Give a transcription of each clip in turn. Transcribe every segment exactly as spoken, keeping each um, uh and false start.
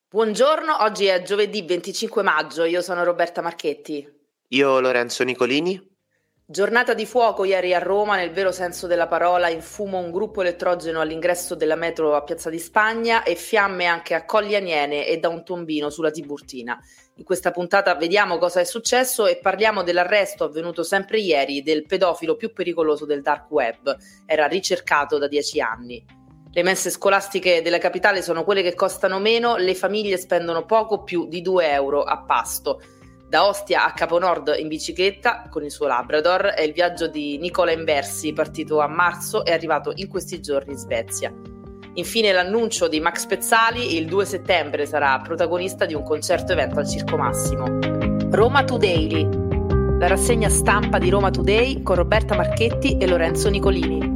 Buongiorno, oggi è giovedì venticinque maggio, io sono Roberta Marchetti. Io Lorenzo Nicolini. Giornata di fuoco ieri a Roma, nel vero senso della parola, in fumo un gruppo elettrogeno all'ingresso della metro a Piazza di Spagna e fiamme anche a Colli Aniene e da un tombino sulla Tiburtina. In questa puntata vediamo cosa è successo e parliamo dell'arresto avvenuto sempre ieri del pedofilo più pericoloso del dark web. Era ricercato da dieci anni. Le mense scolastiche della capitale sono quelle che costano meno, le famiglie spendono poco più di due euro a pasto. Da Ostia a Caponord in bicicletta con il suo Labrador è il viaggio di Nicola Inversi, partito a marzo e arrivato in questi giorni in Svezia. Infine l'annuncio di Max Pezzali, il due settembre sarà protagonista di un concerto evento al Circo Massimo. Roma Today, la rassegna stampa di Roma Today con Roberta Marchetti e Lorenzo Nicolini.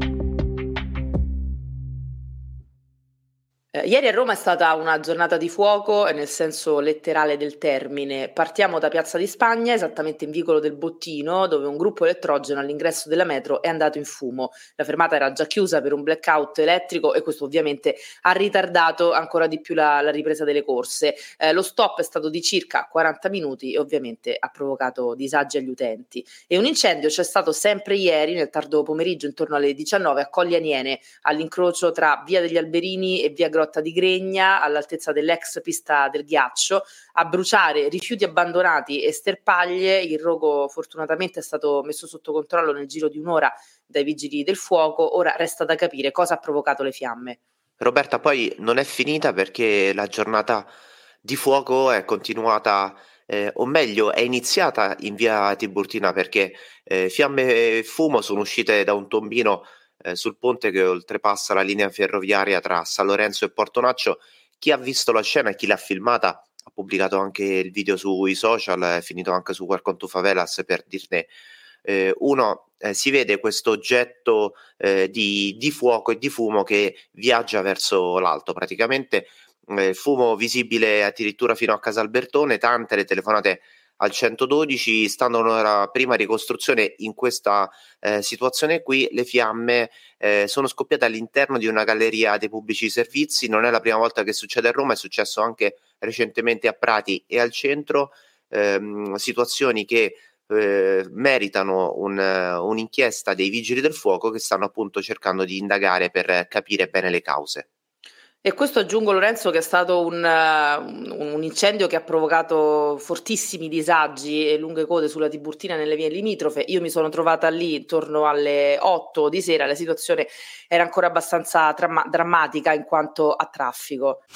Eh, ieri a Roma è stata una giornata di fuoco, nel senso letterale del termine. Partiamo da Piazza di Spagna, esattamente in vicolo del Bottino, dove un gruppo elettrogeno all'ingresso della metro è andato in fumo. La fermata era già chiusa per un blackout elettrico e questo ovviamente ha ritardato ancora di più la, la ripresa delle corse. Eh, lo stop è stato di circa quaranta minuti e ovviamente ha provocato disagi agli utenti. E un incendio c'è stato sempre ieri, nel tardo pomeriggio, intorno alle diciannove, a Colli Aniene, all'incrocio tra Via degli Alberini e Via Grotta di Gregna, all'altezza dell'ex pista del ghiaccio. A bruciare rifiuti abbandonati e sterpaglie. Il rogo fortunatamente è stato messo sotto controllo nel giro di un'ora dai vigili del fuoco. Ora resta da capire cosa ha provocato le fiamme. Roberta, poi non è finita perché la giornata di fuoco è continuata, eh, o meglio è iniziata in via Tiburtina, perché eh, fiamme e fumo sono uscite da un tombino eh, sul ponte che oltrepassa la linea ferroviaria tra San Lorenzo e Portonaccio. Chi ha visto la scena e chi l'ha filmata ha pubblicato anche il video sui social, è finito anche su Welcome to Favelas per dirne eh, uno. Eh, si vede questo oggetto eh, di, di fuoco e di fumo che viaggia verso l'alto, praticamente eh, fumo visibile addirittura fino a Casalbertone, tante le telefonate al centododici. Stando una prima ricostruzione in questa eh, situazione qui, le fiamme eh, sono scoppiate all'interno di una galleria dei pubblici servizi. Non è la prima volta che succede a Roma, è successo anche recentemente a Prati e al centro, ehm, situazioni che eh, meritano un, un'inchiesta dei vigili del fuoco che stanno appunto cercando di indagare per capire bene le cause. E questo aggiungo, Lorenzo, che è stato un, uh, un incendio che ha provocato fortissimi disagi e lunghe code sulla Tiburtina nelle vie limitrofe. Io mi sono trovata lì intorno alle otto di sera, la situazione era ancora abbastanza dramma- drammatica in quanto a traffico.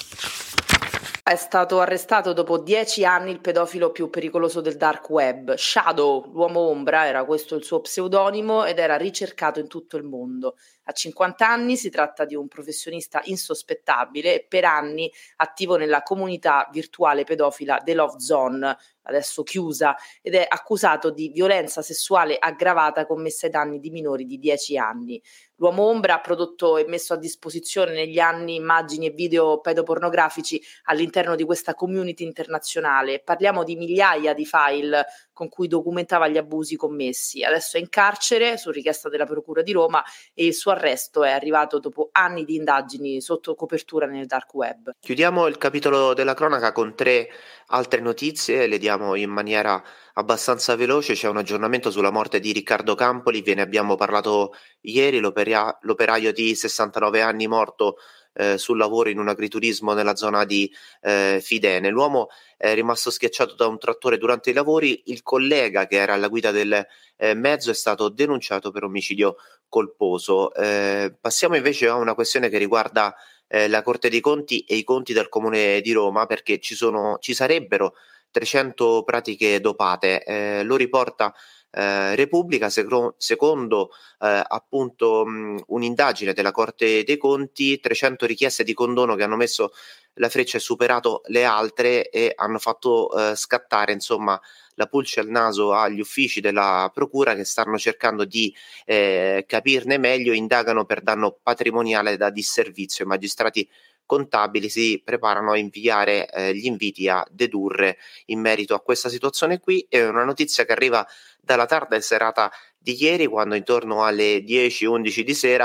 È stato arrestato dopo dieci anni il pedofilo più pericoloso del dark web. Shadow, l'uomo ombra, era questo il suo pseudonimo ed era ricercato in tutto il mondo. A cinquanta anni si tratta di un professionista insospettabile e per anni attivo nella comunità virtuale pedofila The Love Zone, adesso chiusa, ed è accusato di violenza sessuale aggravata commessa ai danni di minori di dieci anni. L'uomo ombra ha prodotto e messo a disposizione negli anni immagini e video pedopornografici all'interno di questa community internazionale. Parliamo di migliaia di file con cui documentava gli abusi commessi. Adesso è in carcere su richiesta della Procura di Roma e il suo arresto è arrivato dopo anni di indagini sotto copertura nel dark web. Chiudiamo il capitolo della cronaca con tre altre notizie, le diamo in maniera abbastanza veloce. C'è un aggiornamento sulla morte di Riccardo Campoli, ve ne abbiamo parlato ieri, l'opera- l'operaio di sessantanove anni morto eh, sul lavoro in un agriturismo nella zona di eh, Fidene. L'uomo è rimasto schiacciato da un trattore durante i lavori, il collega che era alla guida del eh, mezzo è stato denunciato per omicidio colposo. Eh, passiamo invece a una questione che riguarda eh, la Corte dei Conti e i conti del Comune di Roma, perché ci sono, ci sarebbero trecento pratiche dopate. Eh, lo riporta eh, Repubblica, secro- secondo eh, appunto mh, un'indagine della Corte dei Conti, trecento richieste di condono che hanno messo la freccia e superato le altre e hanno fatto eh, scattare insomma la pulce al naso agli uffici della Procura, che stanno cercando di eh, capirne meglio, indagano per danno patrimoniale da disservizio. I magistrati contabili si preparano a inviare eh, gli inviti a dedurre in merito a questa situazione qui. È una notizia che arriva dalla tarda serata di ieri, quando intorno alle dieci undici di sera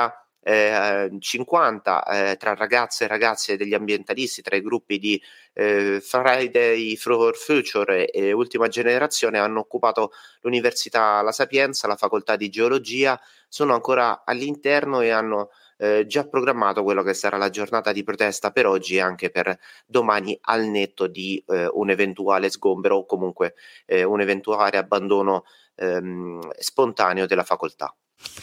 eh, cinquanta eh, tra ragazze e ragazze degli ambientalisti, tra i gruppi di eh, Friday for Future e, e Ultima Generazione, hanno occupato l'Università La Sapienza, la facoltà di geologia, sono ancora all'interno e hanno eh, già programmato quello che sarà la giornata di protesta per oggi e anche per domani, al netto di eh, un eventuale sgombero o comunque eh, un eventuale abbandono ehm, spontaneo della facoltà.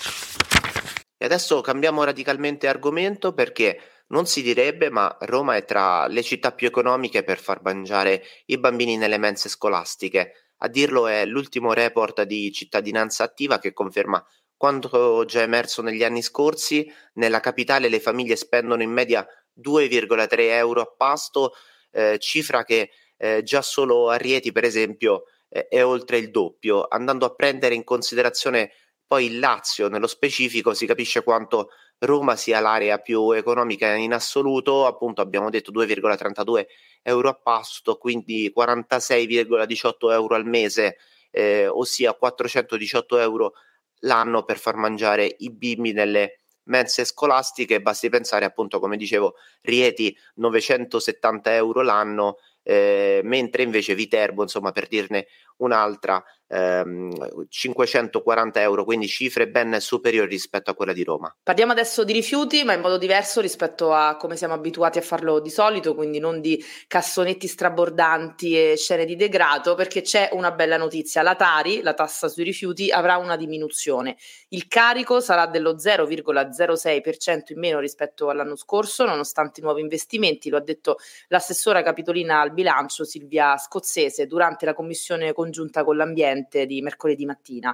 E adesso cambiamo radicalmente argomento, perché non si direbbe, ma Roma è tra le città più economiche per far mangiare i bambini nelle mense scolastiche. A dirlo è l'ultimo report di Cittadinanza Attiva, che conferma quanto già emerso negli anni scorsi. Nella capitale le famiglie spendono in media due virgola tre euro a pasto, eh, cifra che eh, già solo a Rieti, per esempio, eh, è oltre il doppio. Andando a prendere in considerazione poi il Lazio nello specifico, si capisce quanto Roma sia l'area più economica in assoluto. Appunto, abbiamo detto due virgola trentadue euro a pasto, quindi quarantasei virgola diciotto euro al mese, eh, ossia quattrocentodiciotto euro l'anno per far mangiare i bimbi nelle mense scolastiche. Basti pensare, appunto, come dicevo, Rieti novecentosettanta euro l'anno, eh, mentre invece Viterbo, insomma, per dirne un'altra, ehm, cinquecentoquaranta euro, quindi cifre ben superiori rispetto a quella di Roma. Parliamo adesso di rifiuti, ma in modo diverso rispetto a come siamo abituati a farlo di solito, quindi non di cassonetti strabordanti e scene di degrado, perché c'è una bella notizia. La Tari, la tassa sui rifiuti, avrà una diminuzione. Il carico sarà dello zero virgola zero sei per cento in meno rispetto all'anno scorso, nonostante i nuovi investimenti. Lo ha detto l'assessora capitolina al bilancio Silvia Scozzese durante la commissione congiunta con l'ambiente di mercoledì mattina.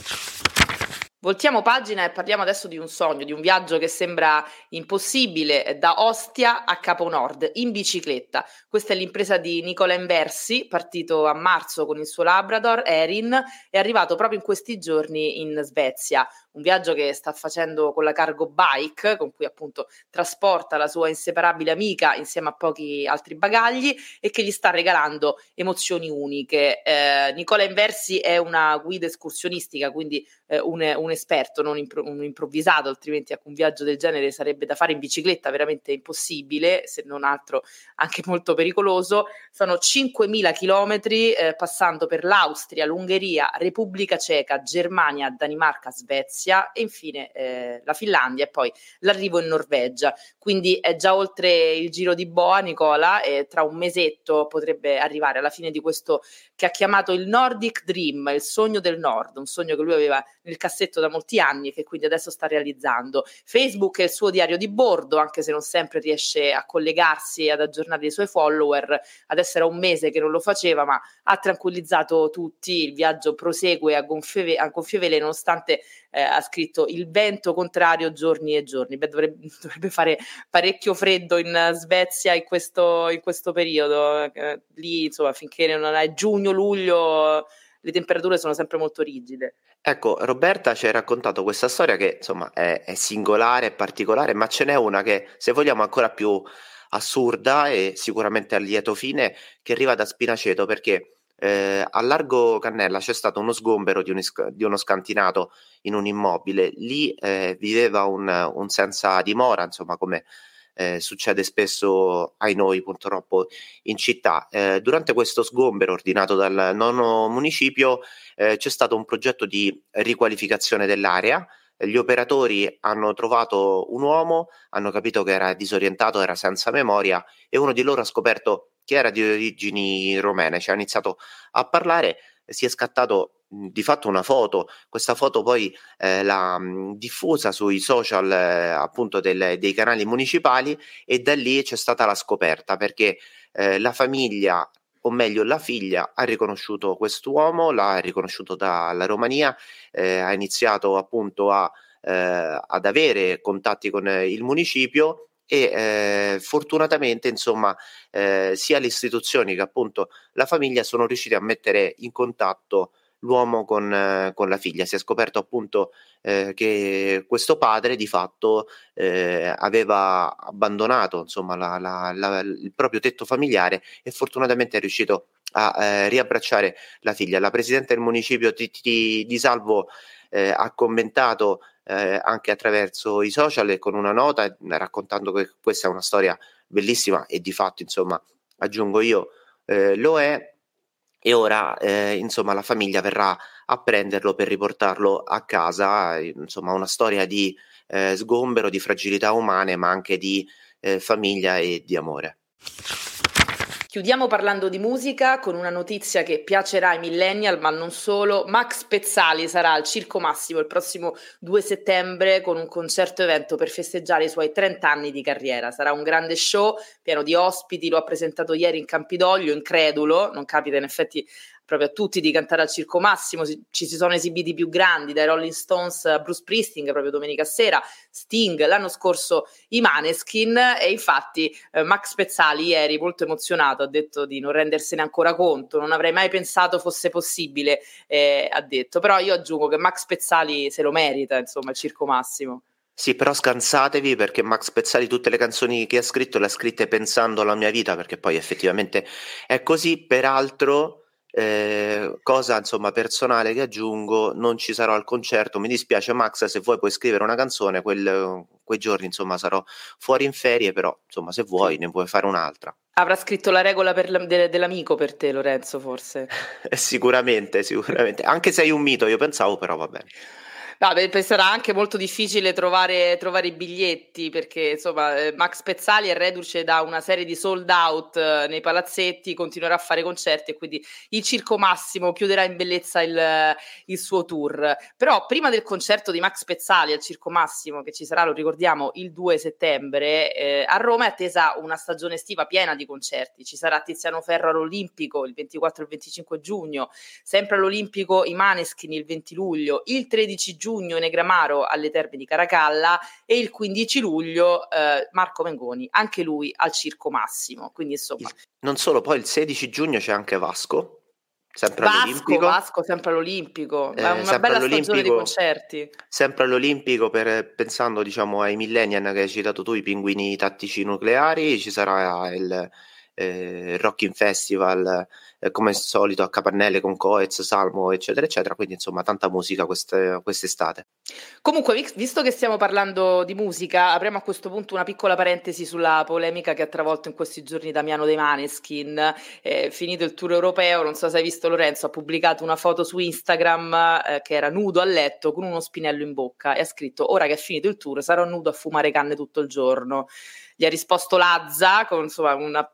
Voltiamo pagina e parliamo adesso di un sogno, di un viaggio che sembra impossibile, da Ostia a Capo Nord, in bicicletta. Questa è l'impresa di Nicola Inversi, partito a marzo con il suo Labrador, Erin, è arrivato proprio in questi giorni in Svezia. Un viaggio che sta facendo con la Cargo Bike, con cui appunto trasporta la sua inseparabile amica insieme a pochi altri bagagli e che gli sta regalando emozioni uniche. Eh, Nicola Inversi è una guida escursionistica, quindi eh, un, un esperto, non impro- un improvvisato, altrimenti ecco, un viaggio del genere sarebbe da fare in bicicletta veramente impossibile, se non altro anche molto pericoloso. Sono cinquemila chilometri, eh, passando per l'Austria, l'Ungheria, Repubblica Ceca, Germania, Danimarca, Svezia e infine eh, la Finlandia e poi l'arrivo in Norvegia. Quindi è già oltre il giro di boa Nicola, e tra un mesetto potrebbe arrivare alla fine di questo che ha chiamato il Nordic Dream, il sogno del Nord, un sogno che lui aveva nel cassetto da molti anni e che quindi adesso sta realizzando. Facebook è il suo diario di bordo, anche se non sempre riesce a collegarsi e ad aggiornare i suoi follower. Adesso era un mese che non lo faceva, ma ha tranquillizzato tutti. Il viaggio prosegue a gonfie, ve- a gonfie vele, nonostante eh, ha scritto il vento contrario giorni e giorni. Beh, dovrebbe, dovrebbe fare parecchio freddo in Svezia in questo, in questo periodo. Eh, lì, insomma, finché non è giugno, luglio, le temperature sono sempre molto rigide. Ecco, Roberta ci hai raccontato questa storia che insomma è, è singolare, è particolare, ma ce n'è una che, se vogliamo, ancora più assurda e sicuramente a lieto fine, che arriva da Spinaceto, perché eh, a Largo Cannella c'è stato uno sgombero di, un is- di uno scantinato in un immobile. Lì eh, viveva un, un senza dimora, insomma, come eh, succede spesso ai noi purtroppo in città. Eh, durante questo sgombero ordinato dal nono municipio eh, c'è stato un progetto di riqualificazione dell'area. Gli operatori hanno trovato un uomo, hanno capito che era disorientato, era senza memoria, e uno di loro ha scoperto che era di origini romene. Ci ha iniziato a parlare, si è scattato mh, di fatto una foto. Questa foto poi eh, l'ha mh, diffusa sui social, eh, appunto del- dei canali municipali, e da lì c'è stata la scoperta, perché eh, la famiglia, o meglio la figlia, ha riconosciuto quest'uomo, l'ha riconosciuto dalla Romania, eh, ha iniziato appunto a, eh, ad avere contatti con eh, il municipio, e eh, fortunatamente, insomma, eh, sia le istituzioni che appunto la famiglia sono riusciti a mettere in contatto l'uomo con, eh, con la figlia. Si è scoperto appunto eh, che questo padre di fatto eh, aveva abbandonato, insomma, la, la, la, il proprio tetto familiare, e fortunatamente è riuscito a eh, riabbracciare la figlia. La presidente del municipio Titti Di Salvo eh, ha commentato eh, anche attraverso i social e con una nota, raccontando che questa è una storia bellissima e di fatto, insomma, aggiungo io, eh, lo è, e ora eh, insomma la famiglia verrà a prenderlo per riportarlo a casa, insomma una storia di eh, sgombero, di fragilità umane, ma anche di eh, famiglia e di amore. Chiudiamo parlando di musica con una notizia che piacerà ai millennial, ma non solo. Max Pezzali sarà al Circo Massimo il prossimo due settembre con un concerto evento per festeggiare i suoi trenta anni di carriera. Sarà un grande show pieno di ospiti, lo ha presentato ieri in Campidoglio, incredulo, non capita in effetti proprio a tutti di cantare al Circo Massimo, ci si sono esibiti più grandi, dai Rolling Stones a Bruce Springsteen proprio domenica sera, Sting, l'anno scorso i Maneskin, e infatti eh, Max Pezzali ieri molto emozionato ha detto di non rendersene ancora conto, non avrei mai pensato fosse possibile, eh, ha detto, però io aggiungo che Max Pezzali se lo merita, insomma, il Circo Massimo. Sì, però scansatevi, perché Max Pezzali tutte le canzoni che ha scritto le ha scritte pensando alla mia vita, perché poi effettivamente è così. Peraltro Eh, cosa insomma personale che aggiungo, non ci sarò al concerto, mi dispiace Max, se vuoi puoi scrivere una canzone, quel, quei giorni insomma sarò fuori in ferie, però insomma se vuoi sì, ne puoi fare un'altra. Avrà scritto la regola per la, de, dell'amico per te, Lorenzo, forse. sicuramente, sicuramente, anche se sei un mito, io pensavo, però va bene. No, beh, sarà anche molto difficile trovare, trovare i biglietti, perché insomma Max Pezzali è reduce da una serie di sold out eh, nei palazzetti, continuerà a fare concerti e quindi il Circo Massimo chiuderà in bellezza il, il suo tour. Però prima del concerto di Max Pezzali al Circo Massimo, che ci sarà, lo ricordiamo, il due settembre, eh, a Roma è attesa una stagione estiva piena di concerti. Ci sarà Tiziano Ferro all'Olimpico il ventiquattro e il venticinque giugno, sempre all'Olimpico i Maneskin il venti luglio, il tredici giugno Negramaro alle Terme di Caracalla e il quindici luglio eh, Marco Mengoni, anche lui al Circo Massimo. Quindi insomma, non solo, poi il sedici giugno c'è anche Vasco, sempre Vasco, all'Olimpico. Vasco sempre all'Olimpico, eh, è una bella stagione di concerti. Sempre all'Olimpico, per, pensando diciamo ai millennial che hai citato tu, i Pinguini Tattici Nucleari, ci sarà il eh, Rockin' Festival eh, come al solito a Capannelle con Coez, Salmo eccetera eccetera, quindi insomma tanta musica queste, quest'estate. Comunque, visto che stiamo parlando di musica, apriamo a questo punto una piccola parentesi sulla polemica che ha travolto in questi giorni Damiano dei Maneskin. Eh, finito il tour europeo, non so se hai visto, Lorenzo, ha pubblicato una foto su Instagram eh, che era nudo a letto con uno spinello in bocca e ha scritto: ora che è finito il tour sarò nudo a fumare canne tutto il giorno. Gli ha risposto Lazza con insomma una,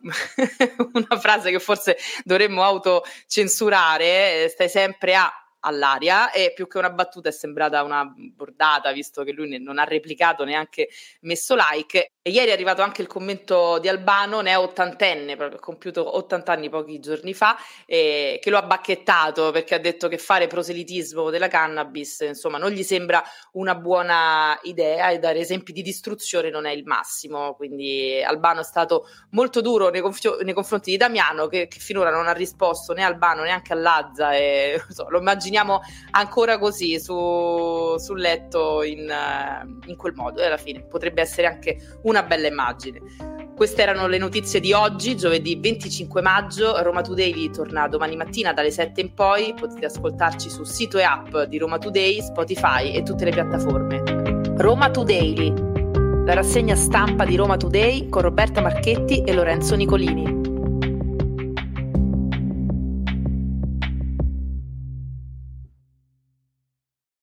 una frase che forse dovremmo autocensurare: stai sempre a all'aria, e più che una battuta è sembrata una bordata, visto che lui non ha replicato, neanche messo like. E ieri è arrivato anche il commento di Albano, ne è ottantenne, proprio ha compiuto ottanta anni pochi giorni fa, eh, che lo ha bacchettato perché ha detto che fare proselitismo della cannabis insomma non gli sembra una buona idea e dare esempi di distruzione non è il massimo. Quindi Albano è stato molto duro nei, conf- nei confronti di Damiano, che, che finora non ha risposto né a Albano neanche a Lazza, e so, lo immaginiamo ancora così su, sul letto in, in quel modo, e alla fine potrebbe essere anche una bella immagine. Queste erano le notizie di oggi, giovedì venticinque maggio. Roma Today torna domani mattina dalle sette in poi. Potete ascoltarci sul sito e app di Roma Today, Spotify e tutte le piattaforme. Roma Today, la rassegna stampa di Roma Today con Roberta Marchetti e Lorenzo Nicolini.